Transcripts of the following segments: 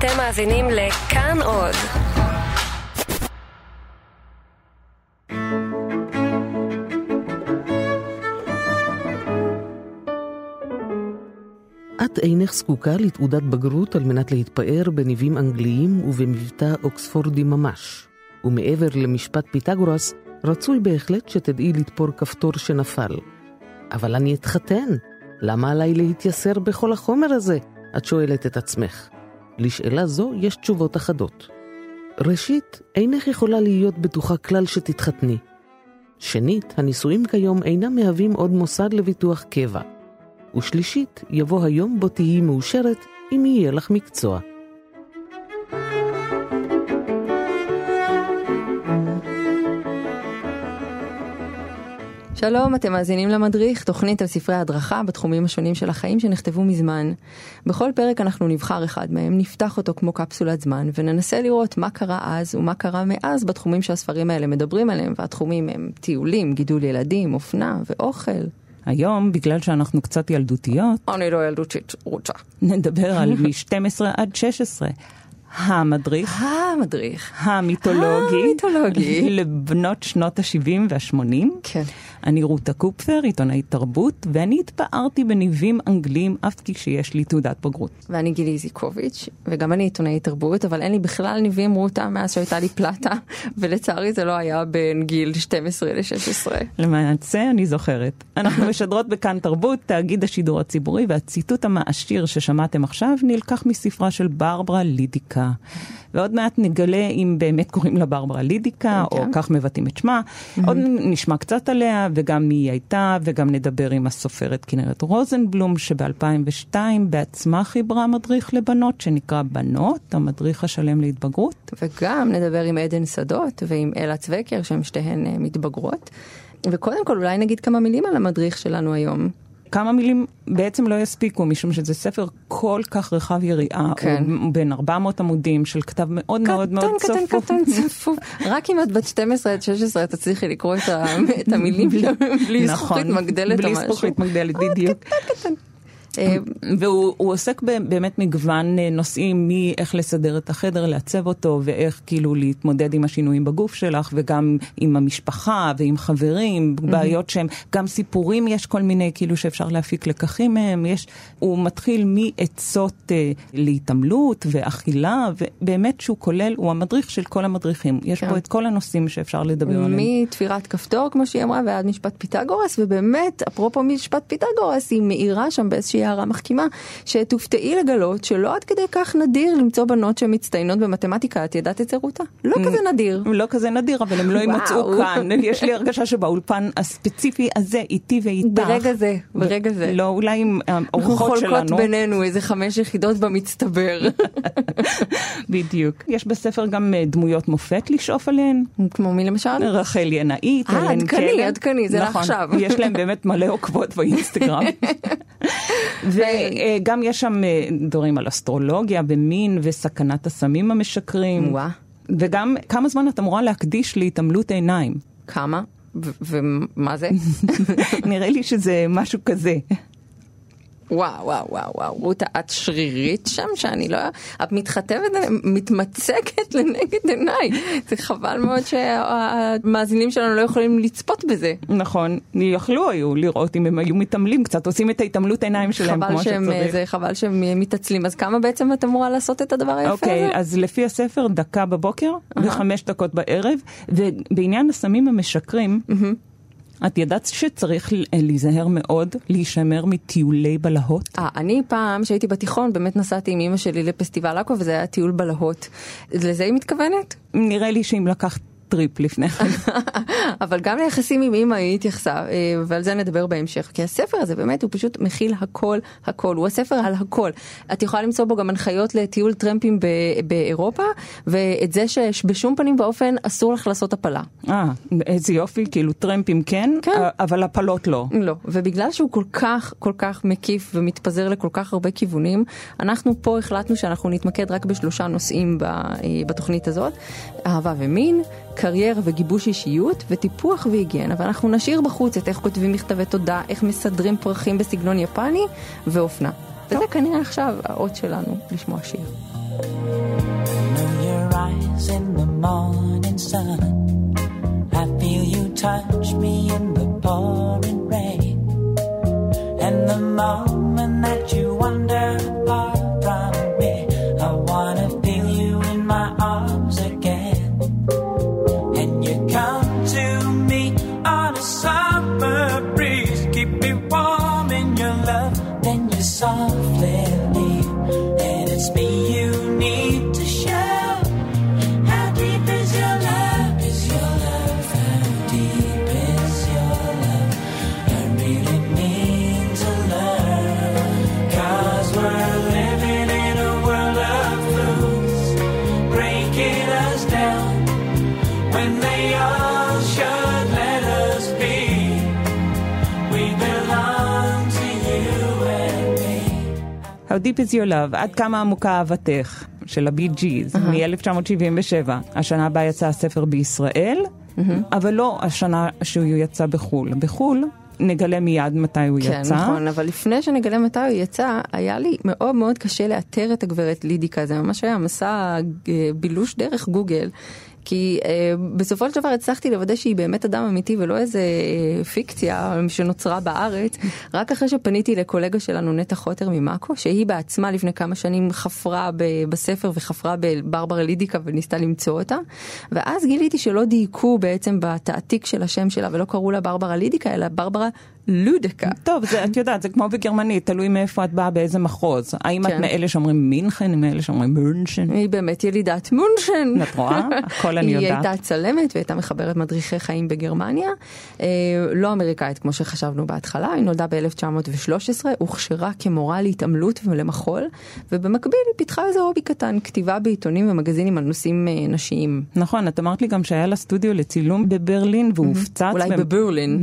אתם מאזינים לכאן עוד. את אינך זקוקה לתעודת בגרות על מנת להתפאר בניבים אנגליים ובמבטא אוקספורדי ממש. ומעבר למשפט פיתגורס, רצוי בהחלט שתדעי לתפור כפתור שנפל. אבל אני אתחתן. למה עליי להתייסר בכל החומר הזה? את שואלת את עצמך. לשאלה זו יש תשובות אחדות. ראשית, אינך יכולה להיות בטוחה כלל שתתחתני. שנית, הנישואים כיום אינם מהווים עוד מוסד לביטוח קבע. ושלישית, יבוא היום בו תהיי מאושרת אם יהיה לך מקצוע. שלום, אתם מאזינים למדריך, תוכנית על ספרי הדרכה בתחומים השונים של החיים שנכתבו מזמן. בכל פרק אנחנו נבחר אחד מהם, נפתח אותו כמו קפסולת זמן, וננסה לראות מה קרה אז ומה קרה מאז בתחומים שהספרים האלה מדברים עליהם, והתחומים הם טיולים, גידול ילדים, אופנה ואוכל. היום, בגלל שאנחנו קצת ילדותיות, אני לא ילדותית, רוצה. נדבר על מ-12 עד 16. המדריך המיתולוגי לבנות שנות ה-70 וה-80. כן. אני רותה קופפר, עיתונאית תרבות, ואני התפארתי בניבים אנגליים אף כשיש לי תעודת בגרות. ואני גילי איזיקוביץ', וגם אני עיתונאית תרבות, אבל אין לי בכלל ניבים רותה מאז שהייתה לי פלטה, ולצערי זה לא היה בין גיל 12 ל-16. למעשה אני זוכרת. אנחנו משדרות בכאן תרבות, תאגיד השידור הציבורי, והציטוט המעשיר ששמעתם עכשיו נלקח מספרה של ברברה לידיקה. ועוד מעט נגלה אם באמת קוראים לה ברברה לידיקה, או כך מבטאים את שמה. עוד נשמע קצת עליה, וגם מי היא הייתה, וגם נדבר עם הסופרת כנרת רוזנבלום, שב-2002 בעצמה חיברה מדריך לבנות, שנקרא בנות, המדריך השלם להתבגרות. וגם נדבר עם עדן שדות, ועם אלה צווקר, שהן שתיהן מתבגרות. וקודם כל אולי נגיד כמה מילים על המדריך שלנו היום. כמה מילים בעצם לא יספיקו, משום שזה ספר כל כך רחב יריעה, כן. בין 400 עמודים של כתב מאוד מאוד מאוד צפוף. קטן צפוף. רק אם את בת 12 עד 16 את תצליחי לקרוא את המילים בלי זכוכית מגדלת או משהו. בלי זכוכית מגדלת, בדיוק. קטן. והוא עוסק באמת מגוון נושאים, מאיך לסדר את החדר, לעצב אותו, ואיך כאילו להתמודד עם השינויים בגוף שלך, וגם עם המשפחה ועם חברים, בעיות שהם, גם סיפורים יש כל מיני כאילו שאפשר להפיק לקחים מהם, הוא מתחיל מעצות להתעמלות ואכילה, ובאמת שהוא כולל, הוא המדריך של כל המדריכים. יש פה את כל הנושאים שאפשר לדבר עליהם. מתפירת כפתור, כמו שהיא אמרה, ועד משפט פיתגורס, ובאמת, אפרופו משפט פיתגורס, היא מאירה שם באיזושהי הערה מחכימה, שתופתעי לגלות שלא עד כדי כך נדיר למצוא בנות שמצטיינות במתמטיקה. את ידעת את זה רותה? לא כזה נדיר. לא כזה נדיר, אבל הם לא ימצאו כאן. יש לי הרגשה שבאולפן הספציפי הזה, איתי ואיתך. ברגע זה. לא, אולי עם האורחות שלנו. אנחנו חולקות בינינו איזה 5 יחידות במצטבר. בדיוק. יש בספר גם דמויות מופת לשאוף עליהן. כמו מי למשל? רחל ינאית, עדכני, זה עכשיו. יש להם באמת מלא עוקבות באינסטגרם. וגם יש שם דברים על אסטרולוגיה ומין וסכנת הסמים המשקרים. וגם כמה זמן את אמורה להקדיש להתעמלות עיניים. כמה? ומה זה? נראה לי שזה משהו כזה. וואו, רותה, את שרירית שם שאני לא... את מתחתבת, מתמצקת לנגד עיניי. זה חבל מאוד שהמאזינים שלנו לא יכולים לצפות בזה. נכון, יכלו היו לראות אם הם היו מתעמלים קצת, עושים את ההתעמלות עיניים שלהם כמו שצריך. זה חבל שהם מתעצלים. אז כמה בעצם את אמורה לעשות את הדבר היפה הזה? אוקיי, אז לפי הספר, 1 דקה בבוקר ו5 דקות בערב, ובעניין הסמים המשקרים, את ידעת שצריך להיזהר מאוד, להישמר מטיולי בלהות? אני פעם שהייתי בתיכון באמת נסעתי עם אמא שלי לפסטיבל עכו, וזה היה טיול בלהות. לזה היא מתכוונת? נראה לי שאם לקחת טריפ לפני כן. אבל גם ליחסים עם אמא היא התייחסה, ועל זה נדבר בהמשך. כי הספר הזה באמת הוא פשוט מכיל הכל. הוא הספר על הכל. את יכולה למצוא בו גם הנחיות לטיול טרמפים באירופה, ואת זה שבשום פנים ואופן אסור לך לעשות הפלה. איזה יופי, כאילו טרמפים כן, אבל הפלות לא. לא, ובגלל שהוא כל כך מקיף ומתפזר לכל כך הרבה כיוונים, אנחנו פה החלטנו שאנחנו נתמקד רק ב3 נושאים בתוכנית הזאת. אהבה ומין, קריירה וגיבוש אישיות וטיפוח והיגיינה, ואנחנו נשאיר בחוץ את איך כותבים מכתבי תודה, איך מסדרים פרחים בסגנון יפני ואופנה. וזה כנראה עכשיו האות שלנו לשמוע שיר. I know your eyes in the morning sun. I feel you touch me in the pouring rain. And the moment that you wander apart from me, I wanna feel you in my arms again. And you come to me on a summer breeze, keep me warm in your love, then you softly leave. And it's me you need to show. How deep is your love? Is your love? How deep is your love? I really need to learn. 'Cause we're living in a world of fools, breaking us down when they all should let us be. We belong to you and me. How deep is your love? עד כמה עמוקה אהבתך? של הבי ג'יז, מ-1977. השנה הבאה יצא הספר בישראל, אבל לא השנה שהוא יצא בחול. בחול נגלה מיד מתי הוא יצא. כן, נכון, אבל לפני שנגלה מתי הוא יצא, היה לי מאוד מאוד קשה לאתר את הגברת לידיקה. זה ממש היה מסע בילוש דרך גוגל. כי בסופו של דבר הצלחתי לוודא שהיא באמת אדם אמיתי ולא איזה פיקציה שנוצרה בארץ, רק אחרי שפניתי לקולגה שלנו נטע חוטר ממאקו, שהיא בעצמה לפני כמה שנים חפרה בספר וחפרה בברברה לידיקה וניסתה למצוא אותה, ואז גיליתי שלא דייקו בעצם בתעתיק של השם שלה ולא קראו לה ברברה לידיקה אלא ברברה לודקה. טוב, את יודעת, זה כמו בגרמנית, תלוי מאיפה את באה, באיזה מחוז. האם את מאלה שאומרים מינכן, מאלה שאומרים מונשן? היא באמת ילידת מונשן. את רואה? הכל אני יודעת. היא הייתה צלמת והייתה מחברת מדריכי חיים בגרמניה. לא אמריקאית, כמו שחשבנו בהתחלה. היא נולדה ב-1913, הוכשרה כמורה להתעמלות ולמחול, ובמקביל היא פיתחה איזה הובי קטן, כתיבה בעיתונים ומגזינים על נושאים נשיים. נכון, את אמרת לי גם שהיה לה סטודיו לצילום בברלין, והוא הופצץ. אולי בברלין.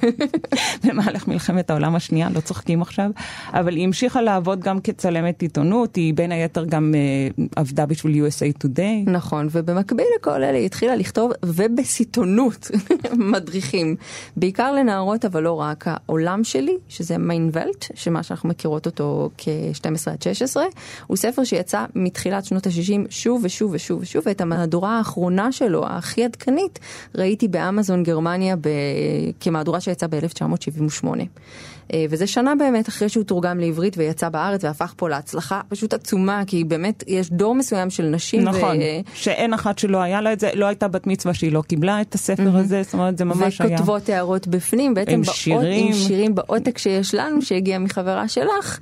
במהלך מלחמת העולם השנייה, לא צוחקים עכשיו, אבל היא המשיכה לעבוד גם כצלמת עיתונות, היא בין היתר גם עבדה בשביל USA Today. נכון, ובמקביל לכל אלה היא התחילה לכתוב ובסיטונות מדריכים, בעיקר לנערות אבל לא רק. העולם שלי, שזה מיינוולט, שמה שאנחנו מכירות אותו כ-12 עד 16, הוא ספר שיצא מתחילת שנות ה-60 שוב ושוב ושוב ושוב, ואת המהדורה האחרונה שלו, הכי עדכנית, ראיתי באמזון גרמניה כמהדורה שיצא ב-1978. וזה שנה באמת אחרי שהוא תורגם לעברית ויצא בארץ והפך פה להצלחה פשוט עצומה, כי באמת יש דור מסוים של נשים. נכון, שאין אחת שלא היה לה את זה, לא הייתה בת מצווה שהיא לא קיבלה את הספר הזה, זאת אומרת זה ממש היה. וכותבות הערות בפנים, בעצם עם שירים בעותק שיש לנו, שהגיע מחברה שלך,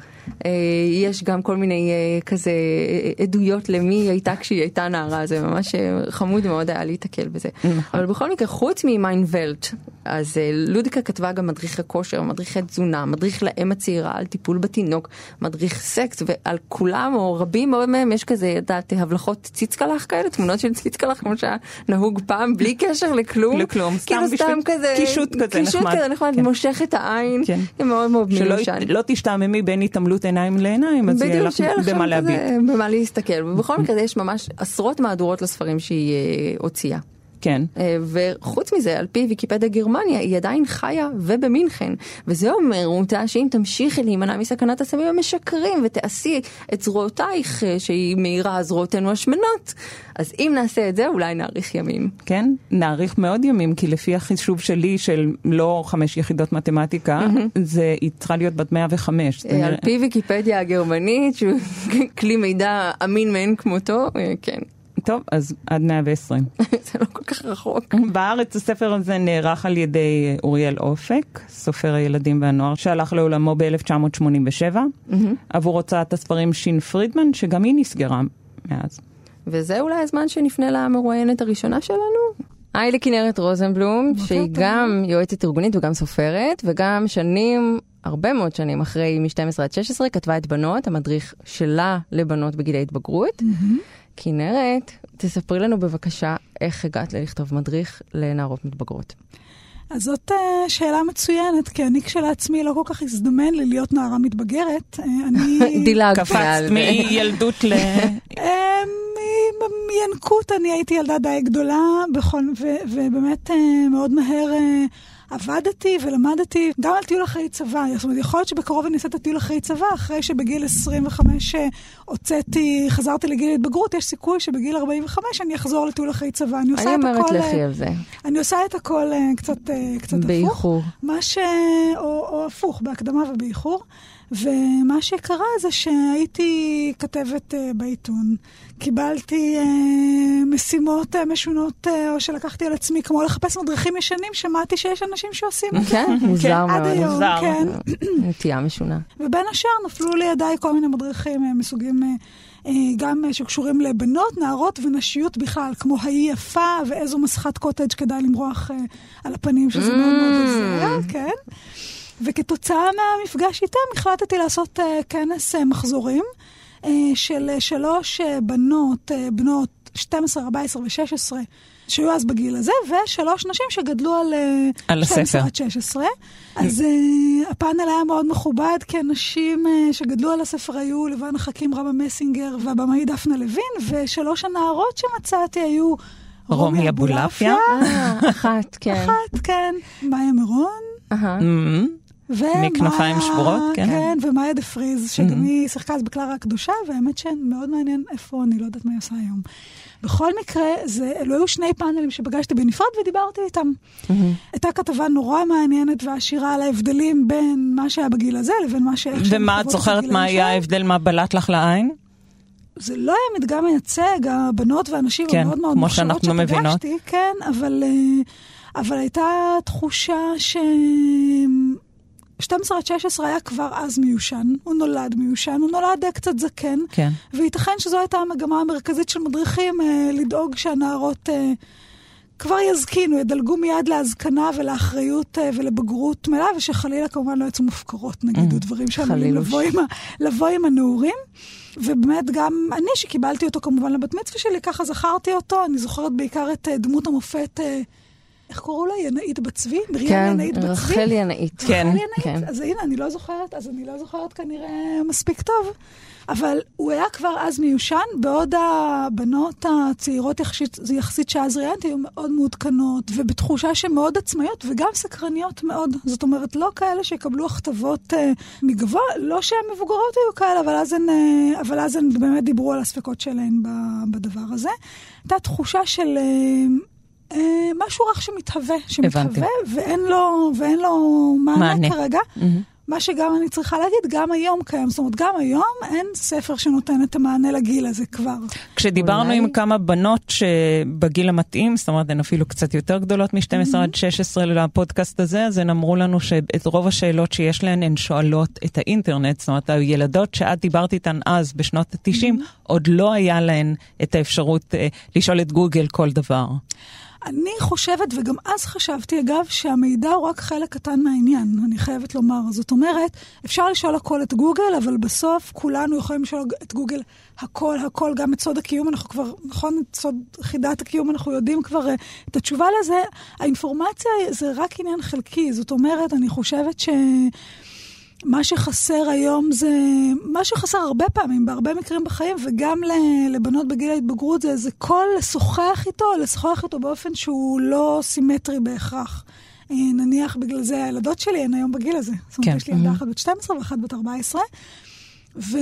יש גם כל מיני כזה עדויות למי היא הייתה כשהיא הייתה נערה, זה ממש חמוד מאוד היה להתקל בזה. אבל בכל מקרה, חוץ ממיינוולט, אז לודיקה כתבה גם מדריך כושר, מדריכי תזונה, מדריך לאם הצעירה על טיפול בתינוק, מדריך סקס, ועל כולם או רבים מאוד מהם יש כזה, ידעת, הבלחות ציצקלח כאלה, תמונות של ציצקלח כמו שהיה נהוג פעם, בלי קשר לכלום. לכלום, סתם כזה, קישוט כזה נחמד. קישוט כזה נחמד, מושך את העין, זה מאוד מאוד מיושן. שלא תשתעממי בין התעמלות עיניים לעיניים, אז יהיה לך במה להביט. במה להסתכל. ובכל מקרה יש ממש עשרות מהדורות לספרים שהיא הוציאה. כן. וחוץ מזה, על פי ויקיפדיה גרמניה, היא עדיין חיה ובמינכן. וזה אומר אותה שאם תמשיכי להימנע מסכנת הסמים המשקרים ותעשי את זרועותייך שהיא מהירה זרועותינו השמנות, אז אם נעשה את זה, אולי נאריך ימים. כן, נאריך מאוד ימים, כי לפי החישוב שלי של לא 5 יחידות מתמטיקה, היא צריכה להיות בת 105. על פי ויקיפדיה הגרמנית, שהוא כלי מידע אמין מאין כמותו, כן. טוב, אז עד 120. זה לא כל כך רחוק. בארץ הספר הזה נערך על ידי אוריאל אופק, סופר הילדים והנוער, שהלך לעולמו ב-1987, עבור הוצאת הספרים שין פרידמן, שגם היא נסגרה מאז. וזה אולי הזמן שנפנה למרואיינת הראשונה שלנו? היי לכנרת רוזנבלום, שהיא גם יועצת ארגונית וגם סופרת, וגם שנים, הרבה מאוד שנים אחרי מ-12 עד 16, כתבה את בנות, המדריך שלה לבנות בגילי התבגרות. כנרת, תספרי לנו בבקשה איך הגעת לכתוב מדריך לנערות מתבגרות. אז זאת שאלה מצוינת, כי אני כשלעצמי לא כל כך הזדמן לי להיות נערה מתבגרת. דילגת קפצת מילדות ל... מינקות, אני הייתי ילדה די גדולה, ובאמת מאוד מהר עבדתי ולמדתי גם על טיול אחרי צבא. זאת אומרת, יכול להיות שבקרוב אני אעשה את הטיול אחרי צבא, אחרי שבגיל 25 חזרתי לגיל התבגרות, יש סיכוי שבגיל 45 אני אחזור לטיול אחרי צבא. אני אומרת לכי על זה. אני עושה את הכל קצת באיחור. או הפוך, בהקדמה ובאיחור. ומה שקרה זה שהייתי כתבת בעיתון. קיבלתי משימות משונות, או שלקחתי על עצמי, כמו לחפש מדריכים ישנים, שמעתי שיש אנשים שעושים את זה. כן, מוזר מאוד. עד היום, כן. נטייה משונה. ובין השאר נפלו לידיי כל מיני מדריכים מסוגים, גם שקשורים לבנות, נערות ונשיות בכלל, כמו היי יפה ואיזו מסכת קוטג' כדאי למרוח על הפנים, שזה מאוד מאוד עוזר, כן. וכתוצאה מהמפגש איתם החלטתי לעשות כנס מחזורים של 3 בנות 12, 14 ו-16 שהיו אז בגיל הזה, ו3 נשים שגדלו על 12 עד 16. אז הפאנל היה מאוד מכובד, כי אנשים שגדלו על הספר היו לבן חכים רבא מסינגר והבמאי דפנה לוין, ו3 הנערות שמצאתי היו רומי אבולעפיה. אחת, כן. אחת, כן. מאיה מירון. מכנפיים שבורות, כן. כן, ומאיה דה פריז, שגם היא שיחקה אז בקלרה הקדושה, והאמת שמאוד מעניין איפה, אני לא יודעת מה היא עושה היום. בכל מקרה, אלו היו 2 פאנלים שפגשתי בנפרד ודיברתי איתם. הייתה כתבה נורא מעניינת ועשירה על ההבדלים בין מה שהיה בגיל הזה לבין מה שאיך ומה את זוכרת מה היה ההבדל, מה בלט לך לעין? זה לא היה מדגם מייצג, הבנות והנשים כן, המאוד מאוד מוכשרות שפגשתי, כן, אבל הייתה תחושה 12 עד 16 היה כבר אז מיושן, הוא נולד מיושן, הוא נולד קצת זקן, כן. וייתכן שזו הייתה המגמה המרכזית של מדריכים, לדאוג שהנערות כבר יזקינו, ידלגו מיד להזקנה ולאחריות ולבגרות מלאה, ושחלילה כמובן לא יצאו מופקרות, נגיד, דברים שעלולים לבוא עם הנעורים. ובאמת גם אני שקיבלתי אותו כמובן לבת מצווה שלי, ככה זכרתי אותו, אני זוכרת בעיקר את דמות המופת, איך קוראו לה? ינאית בצבי? כן, רחל ינאית. כן. אז הנה, אני לא זוכרת כנראה מספיק טוב. אבל הוא היה כבר אז מיושן, בעוד הבנות הצעירות יחסית שאז ראיינתי, היו מאוד מעודכנות, ובתחושה שמאוד עצמאיות, וגם סקרניות מאוד. זאת אומרת, לא כאלה שיקבלו הכתבות מגבוה, לא שהן מבוגרות היו כאלה, אבל אז הן באמת דיברו על הספקות שלהן בדבר הזה. הייתה תחושה של משהו רך שמתהווה, ואין לו מענה כרגע. מה שגם אני צריכה להגיד, גם היום קיים. זאת אומרת, גם היום אין ספר שנותן את המענה לגיל הזה כבר. כשדיברנו עם כמה בנות שבגיל המתאים, זאת אומרת, הן אפילו קצת יותר גדולות מ-12 עד 16 לפודקאסט הזה, אז הן אמרו לנו שאת רוב השאלות שיש להן, הן שואלות את האינטרנט. זאת אומרת, הילדות שאת דיברת איתן אז, בשנות ה-90, עוד לא היה להן את האפשרות לשאול את גוגל כל דבר. אני חושבת, וגם אז חשבתי, אגב, שהמידע הוא רק חלק קטן מהעניין, אני חייבת לומר. זאת אומרת, אפשר לשאול הכל את גוגל, אבל בסוף כולנו יכולים לשאול את גוגל הכל, גם את סוד הקיום, אנחנו כבר, נכון, את סוד חידת הקיום, אנחנו יודעים כבר את התשובה לזה. האינפורמציה זה רק עניין חלקי, זאת אומרת, אני חושבת מה שחסר היום זה, מה שחסר הרבה פעמים, בהרבה מקרים בחיים, וגם לבנות בגיל ההתבגרות, זה קול לשוחח איתו באופן שהוא לא סימטרי בהכרח. נניח בגלל זה הילדות שלי הן היום בגיל הזה. זאת אומרת, יש לי ילדה אחת בת 12 ואחת בת 14, וזה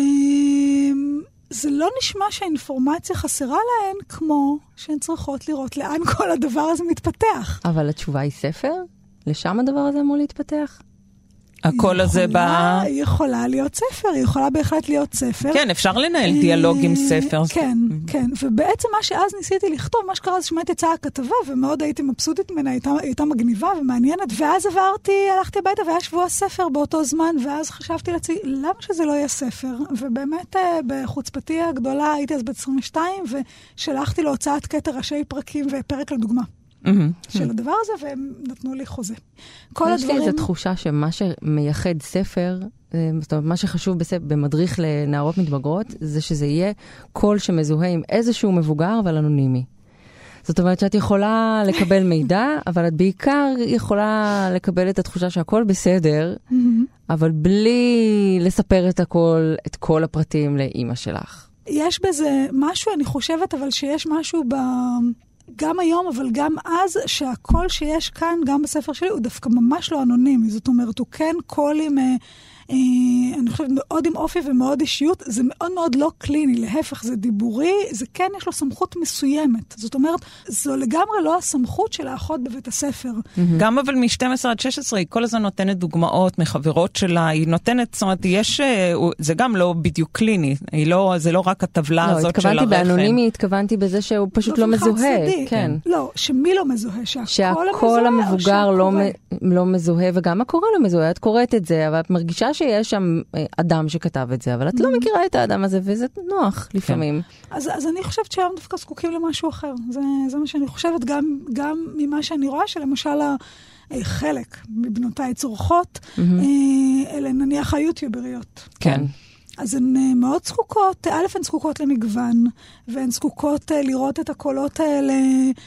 לא נשמע שהאינפורמציה חסרה להן, כמו שהן צריכות לראות לאן כל הדבר הזה מתפתח. אבל התשובה היא ספר? לשם הדבר הזה אמור להתפתח? הקול הזה בא... היא יכולה להיות ספר, היא יכולה בהחלט להיות ספר. כן, אפשר לנהל דיאלוג עם ספר. כן, כן. ובעצם מה שאז ניסיתי לכתוב, מה שקרה זה שמעתי יצאה הכתבה, ומאוד הייתי מבסוטית ממנה, היא הייתה מגניבה ומעניינת, ואז הלכתי הביתה, והיה שבוע ספר באותו זמן, ואז חשבתי לעצמי, למה שזה לא יהיה ספר? ובאמת, בחוצפתי הגדולה, הייתי אז בת 22, ושלחתי להוצאת כתר ראשי פרקים ופרק לדוגמה. של הדבר הזה, והם נתנו לי חוזה. יש לי איזו תחושה שמה שמייחד ספר, זאת אומרת, מה שחשוב במדריך לנערות מתבגרות, זה שזה יהיה קול שמזוהה עם איזשהו מבוגר, אבל אנונימי. זאת אומרת שאת יכולה לקבל מידע, אבל את בעיקר יכולה לקבל את התחושה שהכל בסדר, אבל בלי לספר את כל הפרטים לאמא שלך. יש בזה משהו, אני חושבת, אבל שיש משהו גם היום, אבל גם אז, שהקול שיש כאן, גם בספר שלי, הוא דווקא ממש לא אנונימי. זאת אומרת, הוא כן קול עם, אני חושבת, מאוד עם אופי ומאוד אישיות. זה מאוד מאוד לא קליני, להפך, זה דיבורי, זה כן יש לו סמכות מסוימת. זאת אומרת, זו לגמרי לא הסמכות של האחות בבית הספר. גם אבל מ-12 עד 16, היא כל הזמן נותנת דוגמאות מחברות שלה, היא נותנת, זאת אומרת, זה גם לא בדיוק קליני, זה לא רק הטבלה הזאת של הרחם. התכוונתי באנונימי, התכוונתי בזה שהוא פשוט לא מזוהה. כן. לא, שמי לא מזוהה? שהקול המבוגר לא מזוהה, וגם הקורא לא מזוהה, את קוראת את זה, אבל את מרגישה שיש שם אדם שכתב את זה, אבל את לא מכירה את האדם הזה, וזה נוח לפעמים. אז אני חושבת שהיום דווקא זקוקים למשהו אחר. זה מה שאני חושבת, גם ממה שאני רואה, שלמשל חלק מבנותיי צורכות, אלה נניח היוטיובריות. כן. אז הן מאוד זקוקות, הן זקוקות למגוון, והן זקוקות לראות את הקולות האלה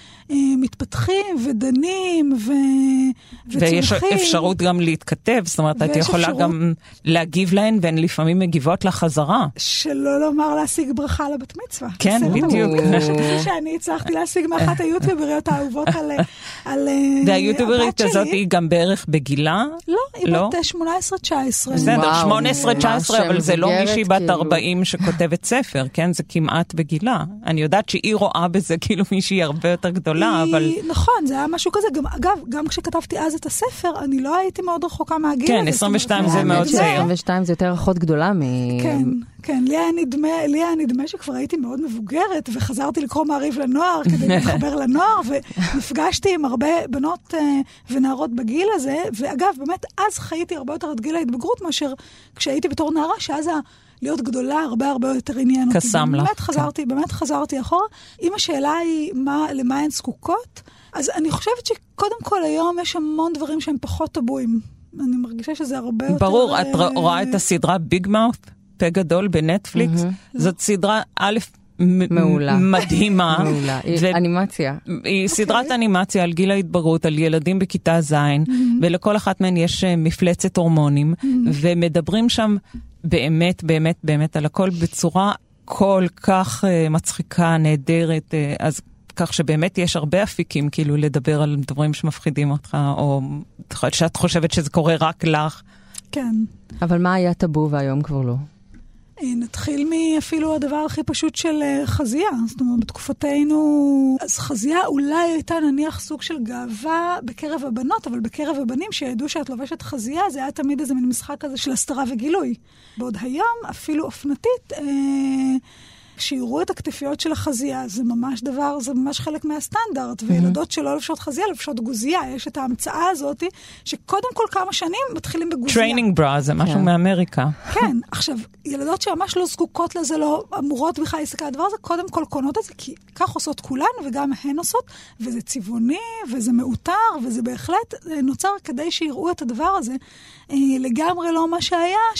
מתפתחים ודנים וצומחים. ויש אפשרות גם להתכתב, זאת אומרת, את יכולה גם להגיב להן, והן לפעמים מגיבות לחזרה. שלא לומר להשיג ברכה לבת מצווה. כן, בדיוק. שאני הצלחתי להשיג מאחת היוטיובריות האהובות על הבת שלי. והיוטיוברית הזאת היא גם בערך בגילה? לא, היא בת 18-19. בסדר, 18-19, אבל זה לא מישהי בת 40 שכותבת ספר, כן? זה כמעט בגילה. אני יודעת שהיא רואה בזה כאילו מישהי הרבה יותר גדולה, אבל... נכון, זה היה משהו כזה. אגב, גם כשכתבתי אז את הספר, אני לא הייתי מאוד רחוקה מהגיל. כן, 22 זה מאוד צעיר. 22 זה יותר אחות גדולה מ... כן, לי היה נדמה שכבר הייתי מאוד מבוגרת, וחזרתי לקרוא מעריב לנוער כדי להתחבר לנוער, ונפגשתי עם הרבה בנות ונערות בגיל הזה, ואגב, באמת, אז חייתי הרבה יותר את גיל ההתבגרות, מאשר כשהייתי בתור נערה, שאז להיות גדולה הרבה יותר עניין אותי. קסם לך. באמת חזרתי אחורה. אם השאלה היא למה הן זקוקות, אז אני חושבת שקודם כל היום יש המון דברים שהם פחות טבויים. אני מרגישה שזה הרבה יותר... ברור, את רואה את הסדרה ביג מאות' פה גדול בנטפליקס, זאת סדרה מעולה. מדהימה. מעולה. אנימציה. היא סדרת אנימציה על גיל ההתבגרות, על ילדים בכיתה ז', ולכל אחת מהן יש מפלצת הורמונים, ומדברים שם באמת על הכל בצורה כל כך מצחיקה, נהדרת, אז כך שבאמת יש הרבה אפיקים כאילו לדבר על דברים שמפחידים אותך, או שאת חושבת שזה קורה רק לך. כן. אבל מה היה טאבו והיום כבר לא? נתחיל מאפילו הדבר הכי פשוט של חזייה. זאת אומרת, בתקופתנו, אז חזייה אולי הייתה נניח סוג של גאווה בקרב הבנות, אבל בקרב הבנים שידעו שאת לובשת חזייה, זה היה תמיד איזה מין משחק כזה של הסתרה וגילוי. בעוד היום, אפילו אופנתית, שיראו את הכתפיות של החזייה, זה ממש חלק מהסטנדרט, וילדות שלא לבשות חזייה, לבשות גוזייה. יש את ההמצאה הזאת, שקודם כל כמה שנים מתחילים בגוזייה. טריינינג ברה, זה משהו מאמריקה. כן, עכשיו, ילדות שממש לא זקוקות לזה, לא אמורות בכלל להסתכל על הדבר הזה, קודם כל קונות את זה, כי כך עושות כולן, וגם הן עושות, וזה צבעוני, וזה מאותר, וזה בהחלט נוצר כדי שיראו את הדבר הזה. לגמרי לא מה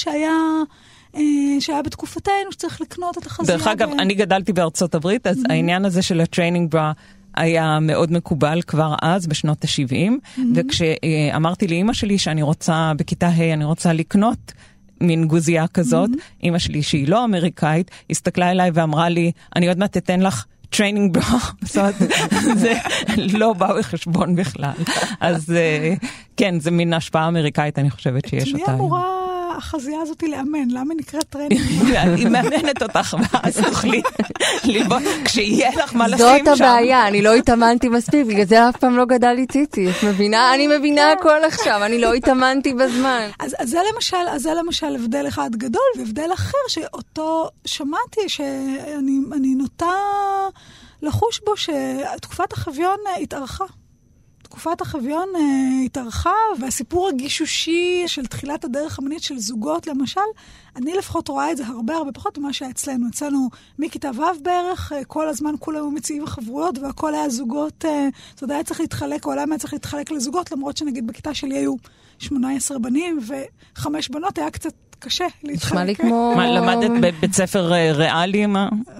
שהיה בתקופתנו שצריך לקנות את החזייה. דרך אגב, אני גדלתי בארצות הברית, אז העניין הזה של הטריינינג ברה היה מאוד מקובל כבר אז, בשנות ה-70, וכשאמרתי לאמא שלי שאני רוצה, בכיתה ה' אני רוצה לקנות מין גוזייה כזאת, אמא שלי שהיא לא אמריקאית, הסתכלה אליי ואמרה לי, אני עוד מעט אתן לך טריינינג ברה, זאת אומרת, זה לא בא בחשבון בכלל. אז כן, זה מין השפעה אמריקאית, אני חושבת שיש אותה. מי אמורה החזייה הזאת לאמן? למה נקראת טריינינג? היא מאמנת אותך, ואז תוכלי ללבוד, כשיהיה לך מה לשים שם. זאת הבעיה, אני לא התאמנתי מספיק, בגלל זה אף פעם לא גדל לי ציצי. את מבינה? אני מבינה הכל עכשיו, אני לא התאמנתי בזמן. אז זה למשל הבדל אחד גדול, והבדל אחר שאותו שמעתי, שאני נוטה לחוש בו שתקופת החוויון התארכה. תקופת החוויון התארכה, והסיפור הגישושי של תחילת הדרך המינית של זוגות, למשל, אני לפחות רואה את זה הרבה פחות ממה שהיה אצלנו. אצלנו מכיתה ו' בערך, כל הזמן כולם מציעים חברויות, והכל היה זוגות, אתה יודע, היה צריך להתחלק, העולם היה צריך להתחלק לזוגות, למרות שנגיד בכיתה שלי היו 18 בנים ו5 בנות, היה קצת קשה להתחלק. נשמע לי כמו... מה, למדת בבית ספר ריאלי?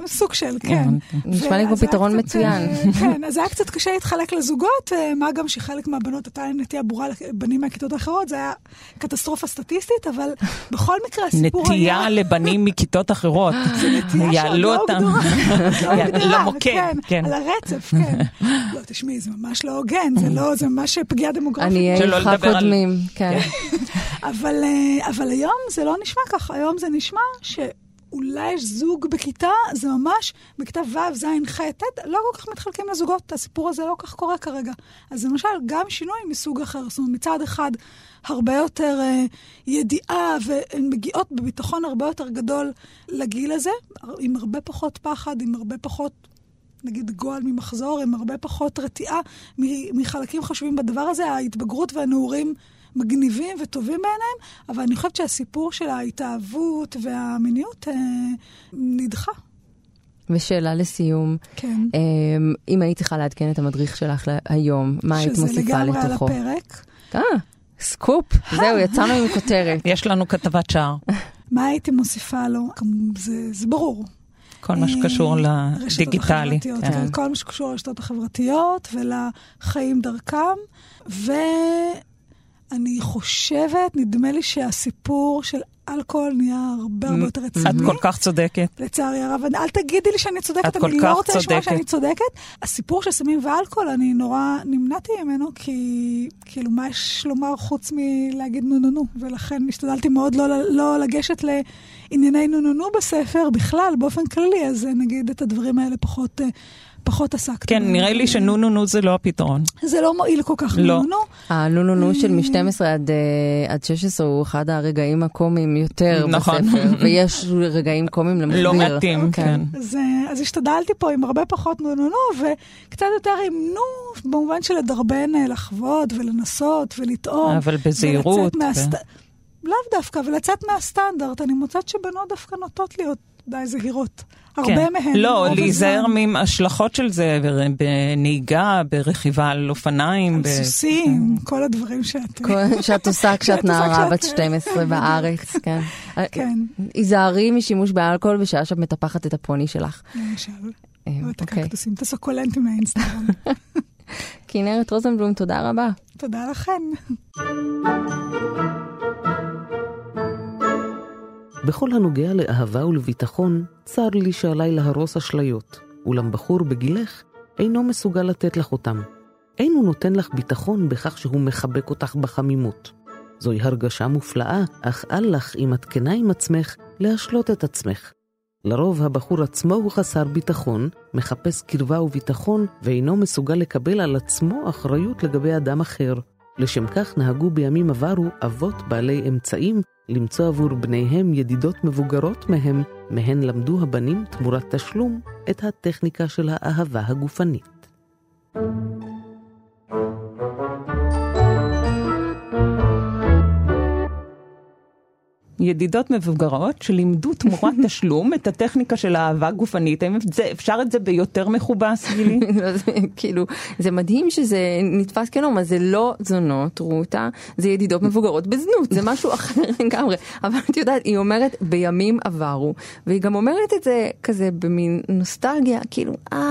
סוג של, כן. נשמע לי כמו פתרון מצוין. כן, אז היה קצת קשה להתחלק לזוגות, מה גם שחלק מהבנות הייתה נטייה ברורה לבנים מהכיתות האחרות, זה היה קטסטרופה סטטיסטית, אבל בכל מקרה הסיפור היה... נטייה לבנים מכיתות אחרות. זה נטייה יעלו אותם. למוקד, כן. על הרצף, כן. לא, תשמעי, זה ממש לא הוגן, זה ממש פגיעה דמוגרפית. אני אהיה איתך קודמים, כן. אבל היום זה לא נשמע ככה, היום זה נשמע שאולי יש זוג בכיתה, זה ממש בכיתה ו', ז', ח', ט', לא כל כך מתחלקים לזוגות, הסיפור הזה לא כל כך קורה כרגע. אז למשל, גם שינוי מסוג אחר, זאת אומרת, מצד אחד, הרבה יותר ידיעה, והן מגיעות בביטחון הרבה יותר גדול לגיל הזה, עם הרבה פחות פחד, עם הרבה פחות, נגיד, גועל ממחזור, עם הרבה פחות רתיעה מחלקים חשובים בדבר הזה, ההתבגרות והנעורים מגניבים וטובים בעיניהם, אבל אני חושבת שהסיפור של ההתאהבות והמיניות נדחה. ושאלה לסיום, כן. אם היית צריכה לעדכן את המדריך שלך היום, מה היית מוסיפה לתוכו? שזה לגמרי על הפרק. סקופ, זהו, יצאנו עם כותרת. יש לנו כתבת שער. מה הייתי מוסיפה לו? זה ברור. כל מה שקשור לדיגיטלי. כן. כל מה שקשור לרשתות החברתיות ולחיים דרכם. ואני חושבת, נדמה לי שהסיפור של אלכוהול נהיה הרבה יותר רציני. את כל כך צודקת. לצערי הרב, אל תגידי לי שאני צודקת, אני לא רוצה לשמוע שאני צודקת. הסיפור של סמים ואלכוהול, אני נורא נמנעתי ממנו, כי כאילו מה יש לומר חוץ מלהגיד נו, ולכן השתדלתי מאוד לא לגשת לענייני נו בספר, בכלל, באופן כללי, אז נגיד את הדברים האלה פחות עסקתי. כן, נראה לי שנו זה לא הפתרון. זה לא מועיל כל כך לא. נו של מ-12 עד 16 הוא אחד הרגעים הקומיים יותר בספר, ויש רגעים קומיים למחביר. לא מעטים, כן. אז השתדלתי פה עם הרבה פחות נו, וקצת יותר עם נו, במובן של לדרבן, לחוות ולנסות ולטעום. אבל בזהירות. לאו דווקא, ולצאת מהסטנדרט. אני מוצאת שבנות דווקא נוטות להיות די זהירות. הרבה מהן. לא, להיזהר מהשלכות של זה, בנהיגה, ברכיבה על אופניים. על סוסים, כל הדברים שאת עושה כשאת נערה בת 12 בארץ, כן. כן. היזהרי משימוש באלכוהול בשעה שאת מטפחת את הפוני שלך. למשל. או את הקקטוסים, את הסוקולנטים מהאינסטגרם. כנרת רוזנבלום, תודה רבה. תודה לכן. בכל הנוגע לאהבה ולביטחון, צר לי שעליי להרוס אשליות, אולם בחור בגילך אינו מסוגל לתת לך אותם. אין הוא נותן לך ביטחון בכך שהוא מחבק אותך בחמימות. זוהי הרגשה מופלאה, אך אל לך אם את כנה עם עצמך להשלות את עצמך. לרוב הבחור עצמו הוא חסר ביטחון, מחפש קרבה וביטחון, ואינו מסוגל לקבל על עצמו אחריות לגבי אדם אחר. לשם כך נהגו בימים עברו אבות בעלי אמצעים, למצוא עבור בניהם ידידות מבוגרות מהם, מהן למדו הבנים תמורת תשלום את הטכניקה של האהבה הגופנית. ידידות מבוגרות שלימדו תמורת תשלום את הטכניקה של האהבה גופנית. אפשר את זה ביותר מכובס, גילי? כאילו, זה מדהים שזה נתפס כנורמה, זה לא זונות, רותה, זה ידידות מבוגרות בזנות, זה משהו אחר לגמרי. אבל את יודעת, היא אומרת בימים עברו, והיא גם אומרת את זה כזה במין נוסטלגיה, כאילו,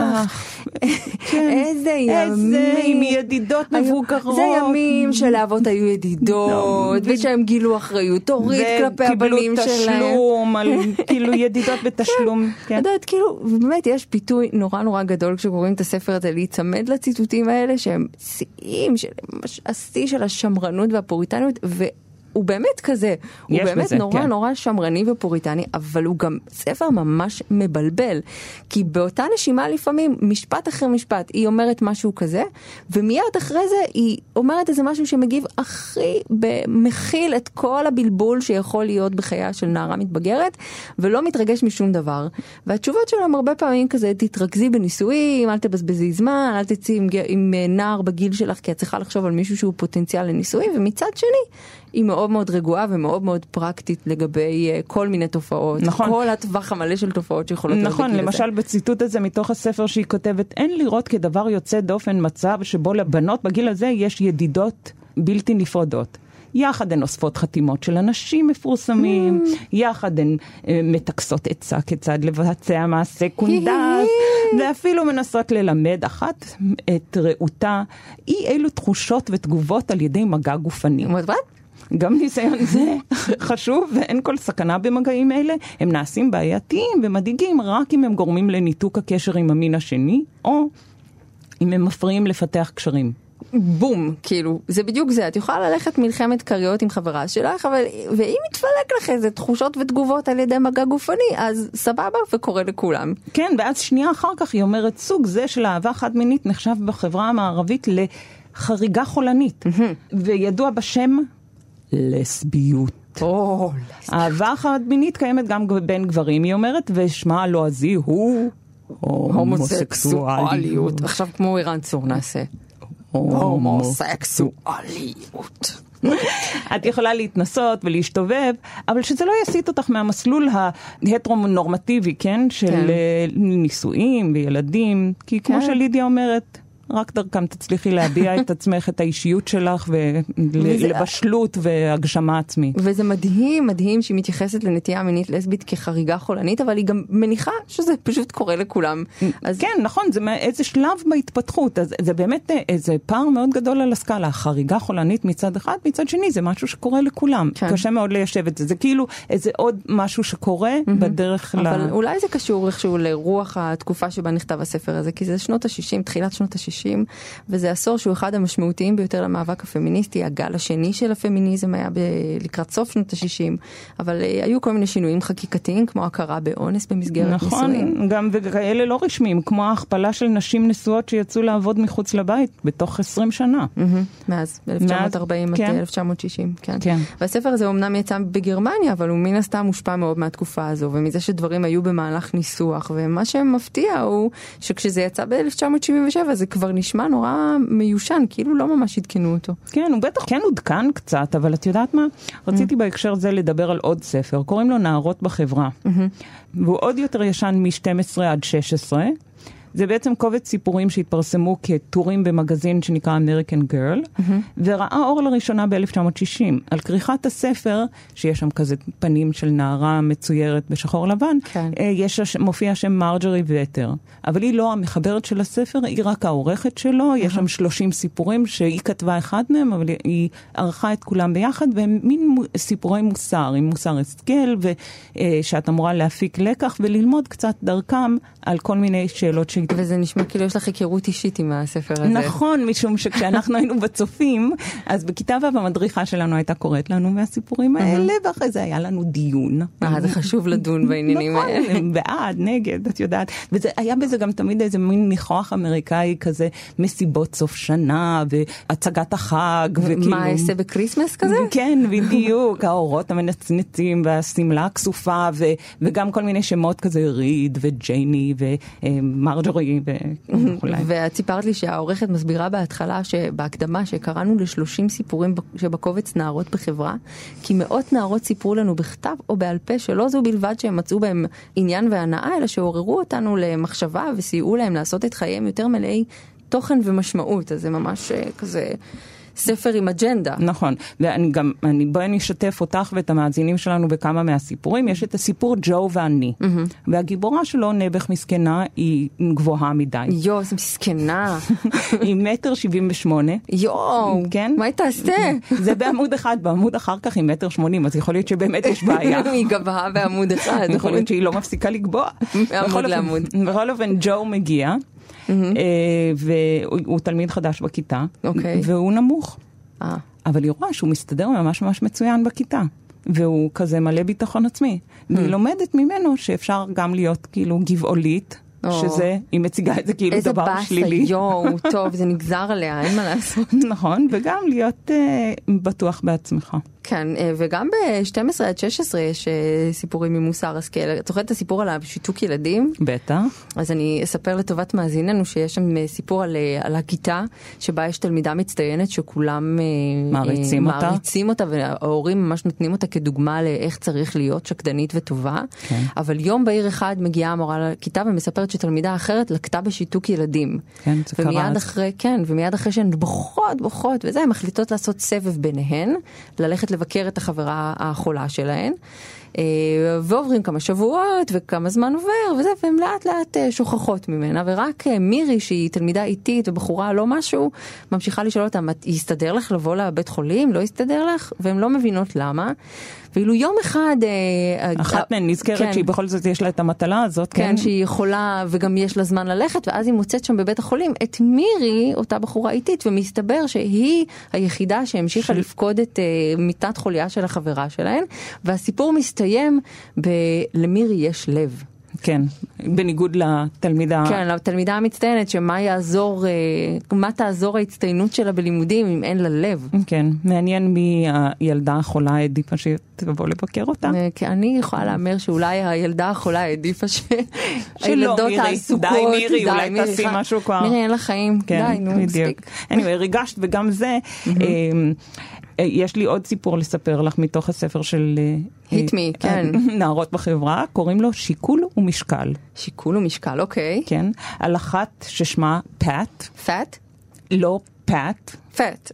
איזה ימים. ידידות מבוגרות. זה ימים של האבות היו ידידות, ושהם גילו אחריות, הורית כלפי הבנים שלהם. תשלום, על כאילו ידידות בתשלום. כן. יודעת, כאילו, באמת יש פיתוי נורא נורא גדול כשקוראים את הספר הזה, להיצמד לציטוטים האלה שהם שיאים, השיא של השמרנות והפוריטניות, הוא באמת כזה, הוא באמת נורא נורא שמרני ופוריטני, אבל הוא גם ספר ממש מבלבל, כי באותה נשימה לפעמים, משפט אחר משפט, היא אומרת משהו כזה, ומיד אחרי זה היא אומרת איזה משהו שמגיב הכי מכיל את כל הבלבול שיכול להיות בחייה של נערה מתבגרת, ולא מתרגש משום דבר. והתשובות שלהם הרבה פעמים כזה, תתרכזי בניסויים, אל תבזבזי זמן, אל תצאי עם נער בגיל שלך, כי את צריכה לחשוב על מישהו שהוא פוטנציאל לניסויים, ומצד שני, היא מאוד מאוד רגועה ומאוד מאוד פרקטית לגבי כל מיני תופעות. נכון. כל הטווח המלא של תופעות שיכולות להיות בגיל הזה. נכון, למשל בציטוט הזה מתוך הספר שהיא כותבת, אין לראות כדבר יוצא דופן מצב שבו לבנות בגיל הזה יש ידידות בלתי נפרדות. יחד הן אוספות חתימות של אנשים מפורסמים, יחד הן מתקסות עצה כיצד לבצע מעשה קונדס, ואפילו מנסות ללמד אחת את רעותה אי אילו תחושות ותגובות על ידי מגע גופני. גם ניסיון זה חשוב, ואין כל סכנה במגעים אלה. הם נעשים בעייתיים ומדאיגים רק אם הם גורמים לניתוק הקשר עם המין השני, או אם הם מפריעים לפתח קשרים. בום, כאילו, זה בדיוק זה. את יכולה ללכת מלחמת קריות עם חברה שלך, ואם מתפלק לך איזה תחושות ותגובות על ידי מגע גופני, אז סבבה וקורה לכולם. כן, ואז שנייה אחר כך היא אומרת, סוג זה של אהבה חד מינית נחשב בחברה המערבית לחריגה חולנית, וידוע בשם לסביות. אהבה חד מינית קיימת גם בין גברים, היא אומרת, ושמה הלועזי הוא הומוסקסואליות. עכשיו כמו ערן צור נעשה. הומוסקסואליות. את יכולה להתנסות ולהשתובב, אבל שזה לא יסיט אותך מהמסלול ההטרונורמטיבי, כן? של נישואים וילדים, כי כמו שלידיה אומרת, רק דרכם תצליחי להביע את עצמך, את האישיות שלך, ולבשלות והגשמה עצמית. וזה מדהים, מדהים שהיא מתייחסת לנטייה מינית לסבית כחריגה חולנית, אבל היא גם מניחה שזה פשוט קורה לכולם. כן, נכון, זה איזה שלב בהתפתחות, אז זה באמת איזה פער מאוד גדול על הסקאלה. חריגה חולנית מצד אחד, מצד שני, זה משהו שקורה לכולם. קשה מאוד ליישב את זה. זה כאילו איזה עוד משהו שקורה בדרך אבל אולי זה קשור איכשהו לרוח התקופה שבה נכתב הספר הזה, כי זה שנות ה-60, תחילת שנות ה-60. וזה עשור שהוא אחד המשמעותיים ביותר למאבק הפמיניסטי. הגל השני של הפמיניזם היה לקראת סוף שנות ה-60, אבל היו כל מיני שינויים חקיקתיים, כמו הכרה באונס במסגרת נישואים. נכון, גם וכאלה לא רשמיים, כמו ההכפלה של נשים נשואות שיצאו לעבוד מחוץ לבית בתוך 20 שנה. מאז, 1940 עד 1960. כן. והספר הזה אומנם יצא בגרמניה, אבל הוא מן הסתם מושפע מאוד מהתקופה הזו, ומזה שדברים היו במהלך ניסוח, ומה שמפתיע הוא שכשזה יצא ב-1977, זה כבר נשמע נורא מיושן, כאילו לא ממש עדכנו אותו. כן, הוא בטח כן עודכן קצת, אבל את יודעת מה? רציתי בהקשר זה לדבר על עוד ספר, קוראים לו נערות בחברה. והוא עוד יותר ישן מ-12 עד 16. זה בעצם קובץ סיפורים שהתפרסמו כטורים במגזין שנקרא American Girl, וראה אור לראשונה ב-1960. על כריכת הספר, שיש שם כזה פנים של נערה מצוירת בשחור לבן, מופיע שם מרג'רי וטר. אבל היא לא המחברת של הספר, היא רק העורכת שלו, יש שם 30 סיפורים שהיא כתבה אחד מהם, אבל היא ערכה את כולם ביחד, והם מין סיפורי מוסר, עם מוסר השכל, שאת אמורה להפיק לקח וללמוד קצת דרכם על כל מיני שאלות וזה נשמע כאילו יש לך היכרות אישית עם הספר הזה. נכון, משום שכשאנחנו היינו בצופים, אז בכיתה והמדריכה שלנו הייתה קוראת לנו מהסיפורים האלה, ואחרי זה היה לנו דיון. זה חשוב לדון בעניינים האלה. נכון, בעד, נגד, את יודעת. והיה בזה גם תמיד איזה מין ניחוח אמריקאי כזה, מסיבות סוף שנה, והצגת החג. מה, אעשה בקריסמס כזה? כן, בדיוק. האורות המנצנצים, והסמלה הכסופה, וגם כל מיני שמות כזה, ריד וג'ייני ומרג'רי. ואת סיפרת לי שהעורכת מסבירה בהתחלה, בהקדמה, שקראנו ל30 סיפורים שבקובץ נערות בחברה, כי מאות נערות סיפרו לנו בכתב או בעל פה, שלא זו בלבד שהם מצאו בהם עניין והנאה, אלא שעוררו אותנו למחשבה וסייעו להם לעשות את חייהם יותר מלאי תוכן ומשמעות. אז זה ממש כזה ספר עם אג'נדה. נכון. בואי נשתף אותך ואת המאזינים שלנו בכמה מהסיפורים. יש את הסיפור ג'ו ואני. והגיבורה שלו, נבח מסכנה, היא גבוהה מדי. יו, זה מסכנה. היא 1.78 מטר. יו, כן? מה היא תעשה? זה בעמוד אחד, בעמוד אחר כך היא 1.80 מטר, אז יכול להיות שבאמת יש בעיה. היא גבוהה בעמוד אחד. יכול להיות שהיא לא מפסיקה לגבוה. מעמוד לעמוד. בכל אופן, ג'ו מגיע. והוא תלמיד חדש בכיתה, והוא נמוך. אבל היא רואה שהוא מסתדר ממש ממש מצוין בכיתה, והוא כזה מלא ביטחון עצמי. והיא לומדת ממנו שאפשר גם להיות כאילו גבעולית, שזה, היא מציגה את זה כאילו דבר שלילי. איזה באסה, טוב, זה נגזר עליה, אין מה לעשות. נכון, וגם להיות בטוח בעצמך. כן, וגם ב-12 עד 16 יש סיפורים ממוסר השכל. את זוכרת את הסיפור על שיתוק ילדים? בטח. אז אני אספר לטובת מאזיננו שיש שם סיפור על הכיתה, שבה יש תלמידה מצטיינת שכולם מעריצים אותה, וההורים ממש נותנים אותה כדוגמה לאיך צריך להיות שקדנית וטובה. כן. אבל יום בהיר אחד מגיעה המורה לכיתה ומספרת שתלמידה אחרת לקטה בשיתוק ילדים. כן, זה קרה. ומיד אחרי שהן בוכות, וזה, הן מחליטות לעשות סבב ביניהן, ללכת לבקר את החברה החולה שלהן, ועוברים כמה שבועות וכמה זמן עובר וזה, והן לאט לאט שוכחות ממנה, ורק מירי שהיא תלמידה איטית ובחורה לא משהו, ממשיכה לשאול אותם, יסתדר לך לבוא לבית חולים? לא יסתדר לך? והן לא מבינות למה. ואילו יום אחד... אחת מהן נזכרת כן. שהיא בכל זאת יש לה את המטלה הזאת. כן, כן, שהיא יכולה וגם יש לה זמן ללכת, ואז היא מוצאת שם בבית החולים את מירי, אותה בחורה איטית, ומסתבר שהיא היחידה שהמשיכה לפקוד את מיטת חוליה של החברה שלהן, והסיפור מסתיים למירי יש לב. כן, בניגוד לתלמידה... כן, לתלמידה המצטיינת, שמה יעזור, מה תעזור ההצטיינות שלה בלימודים אם אין לה לב. כן, מעניין מי הילדה החולה העדיפה שתבוא לבקר אותה. כי אני יכולה לאמר שאולי הילדה החולה העדיפה שהילדות העסוקות... די מירי, אולי תעשי משהו כבר. מירי, אין לה חיים, די, נו, מספיק. ריגשת, וגם זה... יש לי עוד סיפור לספר לך מתוך הספר של כן. נערות בחברה, קוראים לו שיקול ומשקל. שיקול ומשקל, אוקיי. כן, על אחת ששמה פאט. פאט? לא פאט. פאט.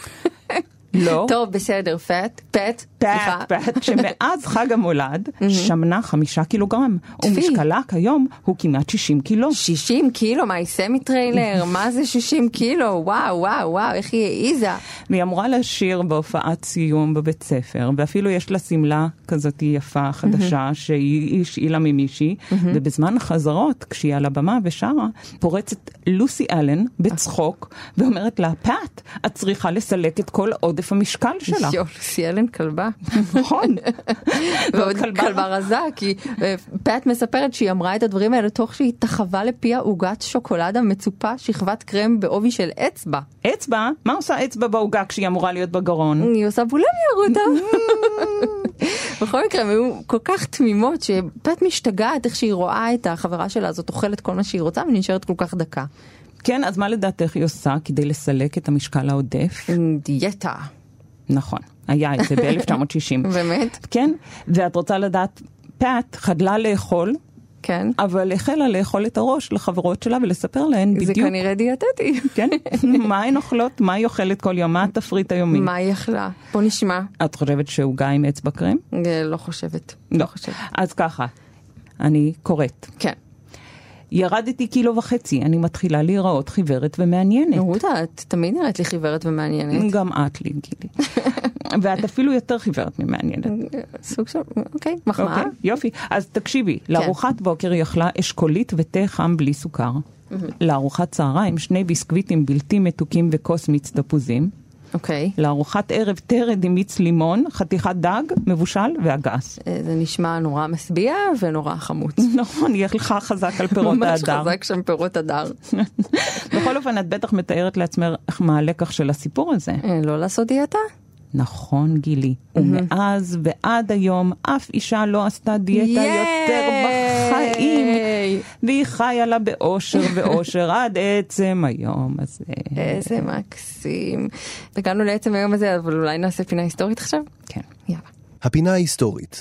לא. טוב, בסדר, פאט, שמאז חג המולד שמנה 5 קילוגרם, ומשקלה כיום הוא כמעט 60 קילו. 60 קילו? מה, היא סמי טריילר? מה זה 60 קילו? וואו, איך היא העיזה? והיא אמורה לשיר בהופעת סיום בבית ספר, ואפילו יש לה סמלה כזאת יפה, חדשה, שהיא השאילה ממישהי, ובזמן החזרות, כשהיא על הבמה ושרה, פורצת לוסי אלן בצחוק, ואומרת לה, פאט, את צריכה לסלק את כל עודף המשקל שלה. לוסי אלן כלבה. נכון. ועוד כלבה רזה, כי פאט מספרת שהיא אמרה את הדברים האלה תוך שהיא תחווה לפיה עוגת שוקולדה מצופה שכבת קרם בעובי של אצבע. אצבע? מה עושה אצבע בעוגה כשהיא אמורה להיות בגרון? היא עושה בולמיה רותה. בכל מקרה, הם היו כל כך תמימות שפאט משתגעת איך שהיא רואה את החברה שלה הזאת, אוכלת כל מה שהיא רוצה ונשארת כל כך דקה. כן, אז מה לדעתך היא עושה כדי לסלק את המשקל העודף? דיאטה. נכון, היה את זה ב-1960. באמת? כן, ואת רוצה לדעת, פאט חדלה לאכול, כן. אבל החלה לאכול את הראש לחברות שלה ולספר להן בדיוק. זה כנראה דיאטטי. כן, מה הן אוכלות? מה היא אוכלת כל יום? מה התפריט היומי? מה היא אכלה? בוא נשמע. את חושבת שעוגה עם אצבע קרם? לא חושבת. לא חושבת. אז ככה, אני קוראת. כן. ירדתי 1.5 קילו, אני מתחילה להיראות חיוורת ומעניינת. רותה, את תמיד נראית לי חיוורת ומעניינת. גם את לי, גילי. ואת אפילו יותר חיוורת ממעניינת. סוג של, אוקיי, מחמאה. יופי, אז תקשיבי, לארוחת בוקר היא אכלה אשכולית ותה חם בלי סוכר. לארוחת צהריים 2 ביסקוויטים בלתי מתוקים וכוס מיץ תפוזים. אוקיי. לארוחת ערב תרד עם מיץ לימון, חתיכת דג, מבושל ואגס. זה נשמע נורא משביע ונורא חמוץ. נכון, היא הלכה חזק על פירות האדר. ממש חזק שם פירות הדר. בכל אופן, את בטח מתארת לעצמך מה הלקח של הסיפור הזה. לא לעשות דיאטה? נכון, גילי. ומאז ועד היום אף אישה לא עשתה דיאטה יותר בחיים. והיא חיה לה באושר ואושר עד עצם היום הזה. איזה מקסים. הגענו לעצם היום הזה, אבל אולי נעשה פינה היסטורית עכשיו? כן. יאללה. הפינה ההיסטורית.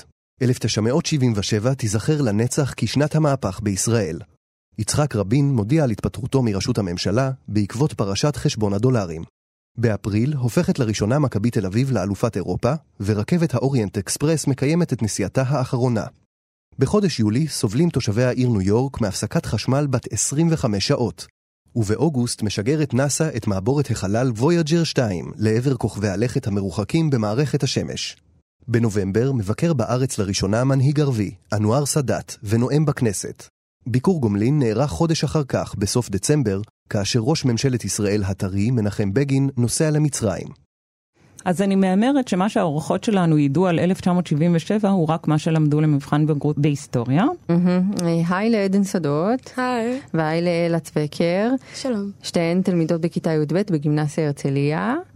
1977 תיזכר לנצח כשנת המהפך בישראל. יצחק רבין מודיע על התפטרותו מראשות הממשלה בעקבות פרשת חשבון הדולרים. באפריל הופכת לראשונה מכבי תל אביב לאלופת אירופה, ורכבת האוריינט אקספרס מקיימת את נסיעתה האחרונה. בחודש יולי סובלים תושבי העיר ניו יורק מהפסקת חשמל בת 25 שעות. ובאוגוסט משגרת נאסא את מעבורת החלל וויג'ר 2 לעבר כוכבי הלכת המרוחקים במערכת השמש. בנובמבר מבקר בארץ לראשונה מנהיג ערבי, אנואר סאדאת, ונואם בכנסת. ביקור גומלין נערך חודש אחר כך, בסוף דצמבר, כאשר ראש ממשלת ישראל הטרי, מנחם בגין, נוסע למצרים. אז אני מאמרת שמה שהאורחות שלנו ידעו על 1977 הוא רק מה שלמדו למבחן בגרות בהיסטוריה. היי לעדן שדות. היי. והי לאלה צווקר. שלום. שתיהן תלמידות בכיתה י"ב בגימנסיה הרצליה.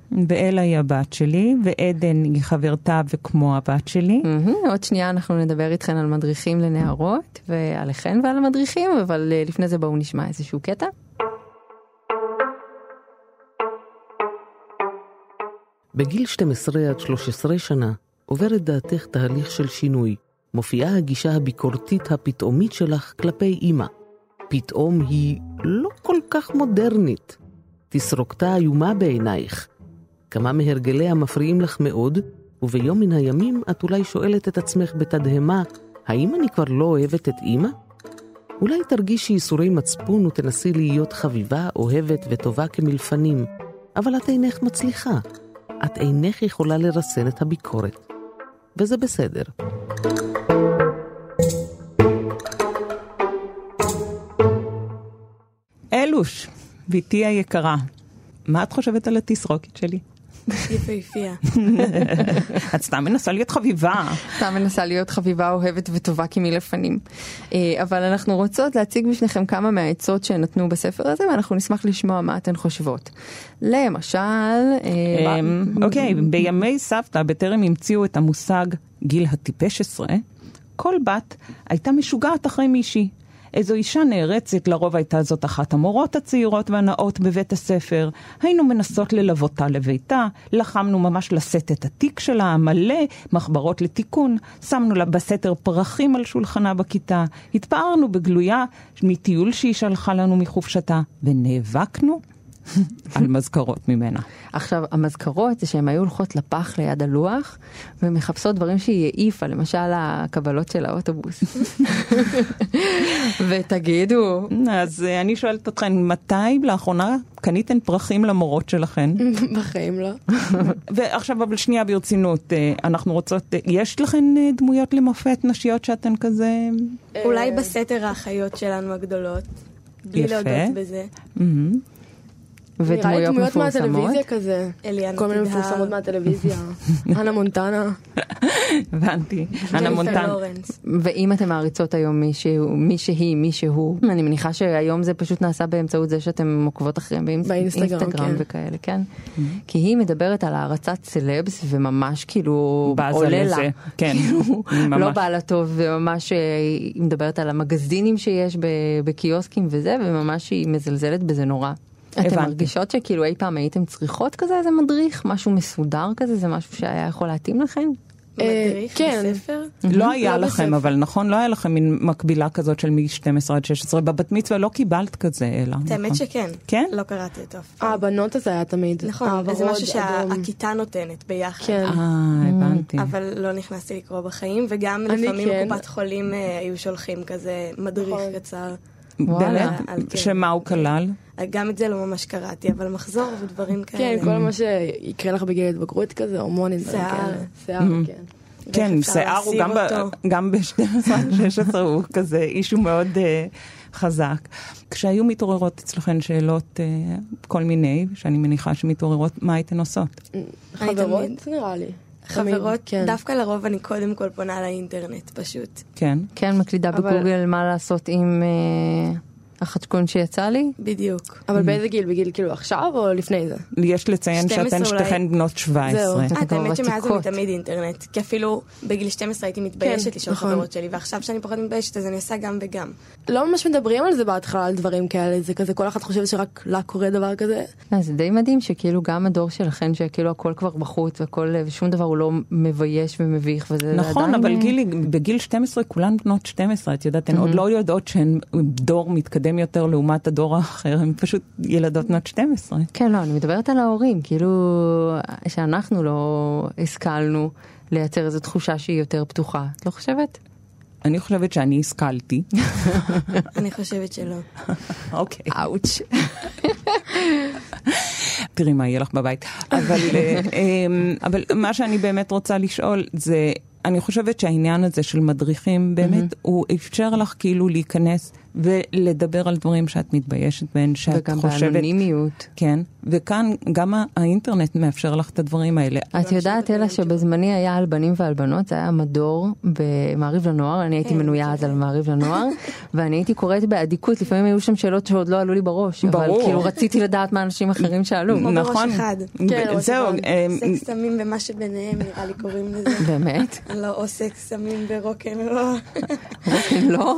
ואלה היא הבת שלי, ועדן היא חברתה וכמו הבת שלי. עוד שנייה אנחנו נדבר איתכן על מדריכים לנערות, ועליכן ועל המדריכים, אבל לפני זה בואו נשמע איזשהו קטע. בגיל 12 עד 13 שנה עוברת דעתך תהליך של שינוי. מופיעה הגישה הביקורתית הפתאומית שלך כלפי אמא. פתאום היא לא כל כך מודרנית. תסרוקתה איומה בעינייך. כמה מהרגליה מפריעים לך מאוד, וביום מן הימים את אולי שואלת את עצמך בתדהמה, האם אני כבר לא אוהבת את אמא? אולי תרגישי ייסורי מצפון ותנסי להיות חביבה, אוהבת וטובה כמלפנים, אבל את אינך מצליחה. את אינך יכולה לרסן את הביקורת. וזה בסדר. אלוש, ביתי היקרה, מה את חושבת על התסרוקת שלי? יפהפייה. את סתם מנסה להיות חביבה. סתם מנסה להיות חביבה, אוהבת וטובה כמלפנים. אבל אנחנו רוצות להציג בפניכם כמה מהעצות שנתנו בספר הזה, ואנחנו נשמח לשמוע מה אתן חושבות. למשל... אוקיי, בימי סבתא, בטרם המציאו את המושג גיל הטיפש 10, כל בת הייתה משוגעת אחרי מישהי. איזו אישה נערצת, לרוב הייתה זאת אחת המורות הצעירות והנאות בבית הספר. היינו מנסות ללוותה לביתה, לחמנו ממש לשאת את התיק שלה, מלא מחברות לתיקון, שמנו לה בסתר פרחים על שולחנה בכיתה, התפארנו בגלויה מטיול שהיא שלחה לנו מחופשתה, ונאבקנו על מזכרות ממנה. עכשיו, המזכרות זה שהן היו הולכות לפח ליד הלוח, ומחפשות דברים שהיא העיפה, למשל הקבלות של האוטובוס. ותגידו. אז אני שואלת אתכן, מתי לאחרונה קניתן פרחים למורות שלכן? בחיים לא. ועכשיו אבל שנייה ברצינות, אנחנו רוצות, יש לכן דמויות למופת נשיות שאתן כזה? אולי בסתר האחיות שלנו הגדולות. בלי להודות בזה. ודמויות דמויות מפורסמות. מהטלוויזיה כזה. כל מיני מפורסמות מהטלוויזיה. הנה מונטנה. הבנתי. הנה מונטנה. ואם אתם מעריצות היום מישהו, אני מניחה שהיום זה פשוט נעשה באמצעות זה שאתם עוקבות אחריהם באינסטגרם וכאלה, כן? כי היא מדברת על הערצת סלבס וממש כאילו עולה לה. לא בא לה טוב, וממש היא מדברת על המגזינים שיש בקיוסקים וזה, וממש היא מזלזלת בזה נורא. אתם מרגישות שכאילו אי פעם הייתם צריכות כזה איזה מדריך, משהו מסודר כזה, זה משהו שהיה יכול להתאים לכם? מדריך בספר? לא היה לכם, אבל נכון, לא היה לכם מין מקבילה כזאת של מ-12 עד 16, בבת מצווה לא קיבלת כזה, אלא. האמת שכן. כן? לא קראתי אותו. הבנות הזה היה תמיד. נכון, זה משהו שהכיתה נותנת ביחד. כן. הבנתי. אבל לא נכנסתי לקרוא בחיים, וגם לפעמים קופת חולים היו שולחים כזה מדריך קצר. באמת? שמה הוא כלל? גם את זה לא ממש קראתי, אבל מחזור ודברים כאלה. כן, כל מה שיקרה לך בגיל התבגרות כזה, הורמונים. שיער. שיער, כן. כן, שיער הוא גם ב-12-16 הוא כזה אישו מאוד חזק. כשהיו מתעוררות אצלכן שאלות כל מיני, שאני מניחה שמתעוררות, מה הייתן עושות? חברות נראה לי. חברות, דווקא לרוב אני קודם כל פונה לאינטרנט פשוט. כן? כן, מקלידה בגוגל מה לעשות עם החדשקון שיצא לי? בדיוק. אבל באיזה גיל? בגיל כאילו עכשיו או לפני זה? יש לציין שאתן שתכן בנות 17. האמת שמאז אני תמיד אינטרנט, כי אפילו בגיל 12 הייתי מתביישת לשאול חברות שלי, ועכשיו שאני פחות מתביישת אז אני עושה גם וגם. לא ממש מדברים על זה בהתחלה, על דברים כאלה, זה כזה כל אחד חושבת שרק לה קורה דבר כזה. זה די מדהים שכאילו גם הדור שלכן, שכאילו הכל כבר בחוץ ושום דבר הוא לא מבייש ומביך וזה נכון, אבל בגיל 12 כולן בנות 12, את יודעת, הן עוד לא יודעות שהן דור מתקדם יותר לעומת הדור האחר, הן פשוט ילדות בנות 12. כן, לא, אני מדברת על ההורים, כאילו שאנחנו לא השכלנו לייצר איזו תחושה שהיא יותר פתוחה. את לא חושבת? אני חושבת שאני השכלתי. אני חושבת שלא. אוקיי. אאוץ'. תראי מה יהיה לך בבית. אבל מה שאני באמת רוצה לשאול זה, אני חושבת שהעניין הזה של מדריכים באמת הוא אפשר לך כאילו להיכנס ולדבר על דברים שאת מתביישת בהן, שאת וגם חושבת... באנונימיות. כן. וכאן גם האינטרנט מאפשר לך את הדברים האלה. את יודעת, אלה שבזמני היה על בנים ועל בנות, זה היה מדור במעריב לנוער, אני הייתי מנויה אז על מעריב לנוער, ואני הייתי קוראת בעדיקות, לפעמים היו שם שאלות שעוד לא עלו לי בראש, אבל כאילו רציתי לדעת מה אנשים אחרים שאלו. נכון. זהו. סקס סמים ומה שביניהם, נראה לי קוראים לזה. באמת? לא, או סקס סמים ברוקנרול. רוקנרול?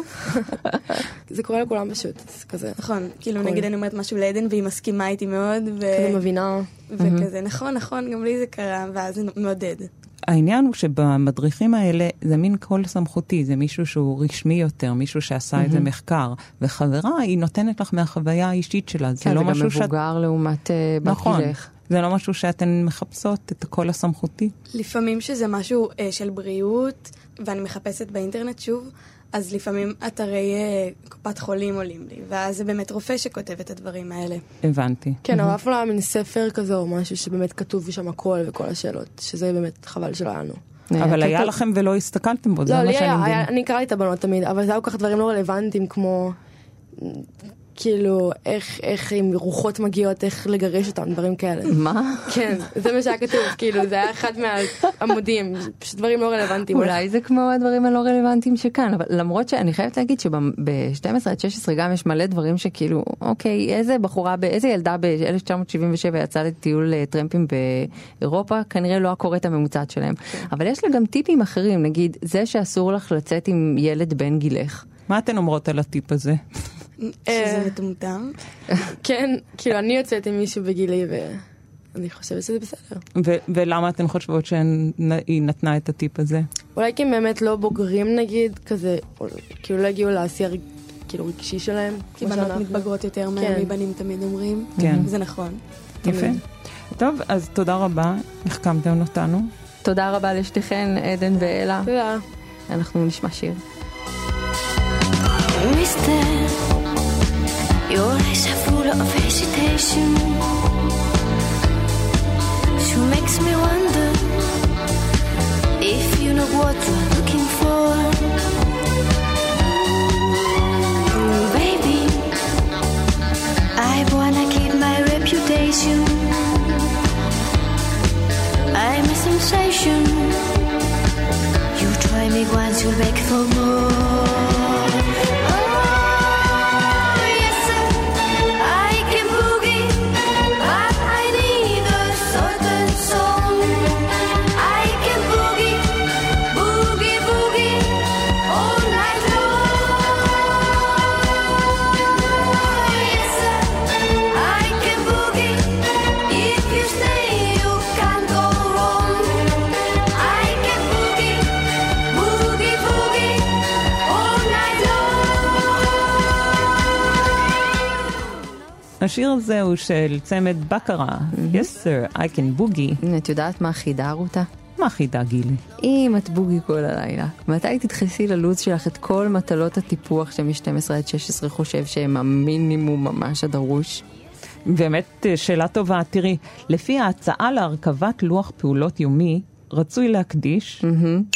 זה קורה לכולם פשוט, כזה. נכון, כאילו נגיד אני אומרת משהו לעדן והיא מסכימה איתי מאוד. כזה מבינה. וכזה, נכון, גם לי זה קרה, ואז זה מעודד. העניין הוא שבמדריכים האלה זה מין קול סמכותי, זה מישהו שהוא רשמי יותר, מישהו שעשה איזה מחקר, וחברה היא נותנת לך מהחוויה האישית שלה. כן, זה גם מבוגר לעומת בגילך. זה לא משהו שאתן מחפשות את הקול הסמכותי? לפעמים שזה משהו של בריאות, ואני מחפשת באינטרנט שוב, אז לפעמים אתרי קופת חולים עולים לי, ואז זה באמת רופא שכותב את הדברים האלה. הבנתי. כן, אבל אף לא מין ספר כזה או משהו שבאמת כתוב שם הכל וכל השאלות, שזה באמת חבל שלנו. אבל היה לכם ולא הסתכלתם בו, זה מה שאני מבינה. אני קראתי את הבנות תמיד, אבל זה היו כך דברים לא רלוונטיים כמו... כאילו, איך עם רוחות מגיעות, איך לגרש אותם, דברים כאלה. מה? כן, זה מה שהיה כתוב, כאילו, זה היה אחד מהעמודים, פשוט דברים לא רלוונטיים. אולי זה כמו הדברים הלא רלוונטיים שכאן, אבל למרות שאני חייבת להגיד שב-12 עד 16 גם יש מלא דברים שכאילו, אוקיי, איזה ילדה ב-1977 יצאה לטיול טרמפים באירופה, כנראה לא הקוראת הממוצעת שלהם. אבל יש לה גם טיפים אחרים, נגיד, זה שאסור לך לצאת עם ילד בן גילך. מה אתן אומרות על הטיפ הזה? שזה מטומטם. כן, כאילו אני יוצאת עם מישהו בגילי ואני חושבת שזה בסדר. ולמה אתן חושבות שהיא נתנה את הטיפ הזה? אולי כי הם באמת לא בוגרים נגיד, כזה, כאילו לא הגיעו לעשייה כאילו רגשי שלהם. כי בנות מתבגרות יותר מבנים תמיד אומרים. כן. זה נכון. יפה. טוב, אז תודה רבה, החכמתם אותנו. תודה רבה לשתיכן, עדן ואלה. תודה. אנחנו נשמע שיר. Mister, your eyes are full of hesitation. She makes me wonder if you know what you're looking for. Baby, I wanna keep my reputation. I'm a sensation. You try me once, you'll beg for more. השיר הזה הוא של צמד בקרה, Yes sir, I can boogie. את יודעת מה חידה רותה? מה חידה גילי? אם את בוגי כל הלילה, מתי תדחסי ללוז שלך את כל מטלות הטיפוח שמ-12 עד 16 חושב שהם המינימום ממש הדרוש? באמת שאלה טובה, תראי, לפי ההצעה להרכבת לוח פעולות יומי, רצוי להקדיש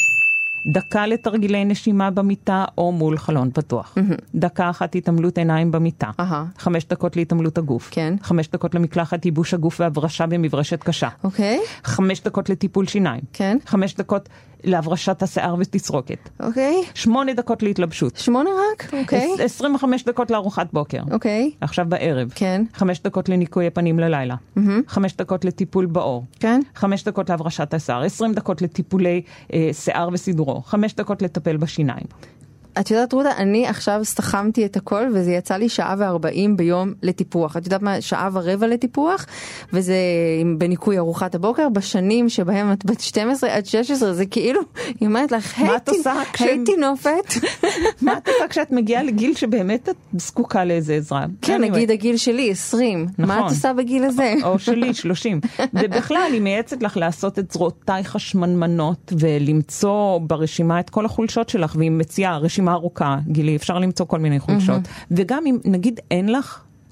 דקה לתרגילי נשימה במיטה או מול חלון פתוח. דקה אחת התעמלות עיניים במיטה. 5 דקות להתעמלות הגוף. 5 דקות למקלחת ייבוש הגוף והברשה במברשת קשה. 5 דקות לטיפול שיניים. 5 דקות להברשת השיער ותסרוקת. 8 דקות להתלבשות. 8 רק? 25 דקות לארוחת בוקר. עכשיו בערב. 5 דקות לניקוי הפנים ללילה. 5 דקות לטיפול בעור. 5 דקות להברשת השיער. 20 דקות לטיפולי שיער וסידורו. 5 דקות לטפל בשיניים. את יודעת רותה, אני עכשיו סתחמתי את הכל וזה יצא לי 1:40 ביום לטיפוח. את יודעת מה? 1:15 לטיפוח, וזה בניקוי ארוחת הבוקר, בשנים שבהם את בת 12 עד 16, זה כאילו, היא אומרת לך, היי תינופת. מה את עושה כשאת מגיעה לגיל שבאמת את זקוקה לאיזה עזרה? כן, נגיד הגיל שלי 20. מה את עושה בגיל הזה? או שלי 30. ובכלל, היא מייעצת לך לעשות את זרועותייך השמנמנות, ולמצוא ברשימה את כל החולשות שלך, והיא מציעה רשימה ארוכה, גילי, אפשר למצוא כל מיני חולשות. וגם אם, נגיד, אין לך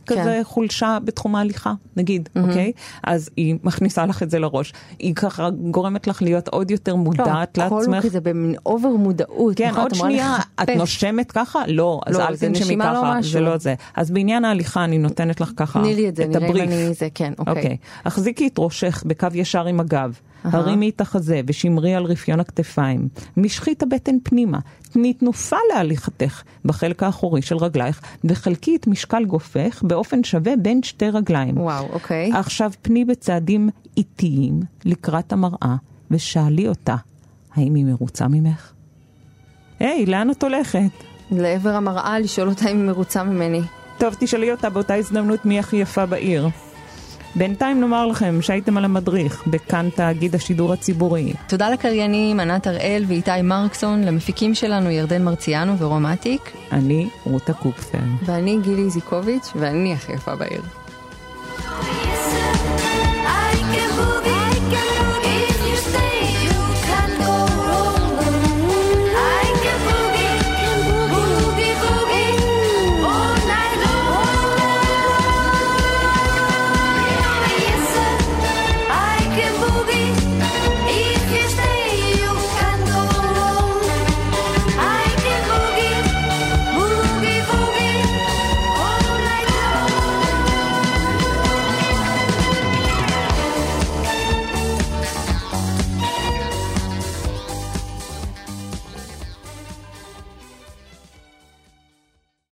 כזה חולשה בתחום ההליכה, נגיד, אוקיי? אז היא מכניסה לך את זה לראש. היא ככה גורמת לך להיות עוד יותר מודעת לעצמך. הכל הוא כזה במין אובר מודעות. כן, עוד שנייה, את נושמת ככה? לא, אז אל תנשמי ככה, זה לא זה. אז בעניין ההליכה אני נותנת לך ככה תני לי את זה, את נראה אם הבריף. אני זה, כן, אוקיי. החזיקי את ראשך בקו ישר עם הגב. הרימי את החזה ושמרי על רפיון הכתפיים. משכי את הבטן פנימה. תני תנופה להליכתך בחלק האחורי של רגלייך, וחלקי את משקל גופך באופן שווה בין שתי רגליים. וואו, אוקיי. עכשיו פני בצעדים איטיים לקראת המראה, ושאלי אותה, האם היא מרוצה ממך? היי, לאן את הולכת? לעבר המראה לשאול אותה אם היא מרוצה ממני. טוב, תשאלי אותה באותה הזדמנות מי הכי יפה בעיר. בינתיים נאמר לכם שהייתם על המדריך בכאן תאגיד השידור הציבורי. תודה לקריינים ענת הראל ואיתי מרקסון, למפיקים שלנו ירדן מרציאנו ורומטיק. אני רותה קופפר. ואני גילי זיקוביץ', ואני הכי יפה בעיר.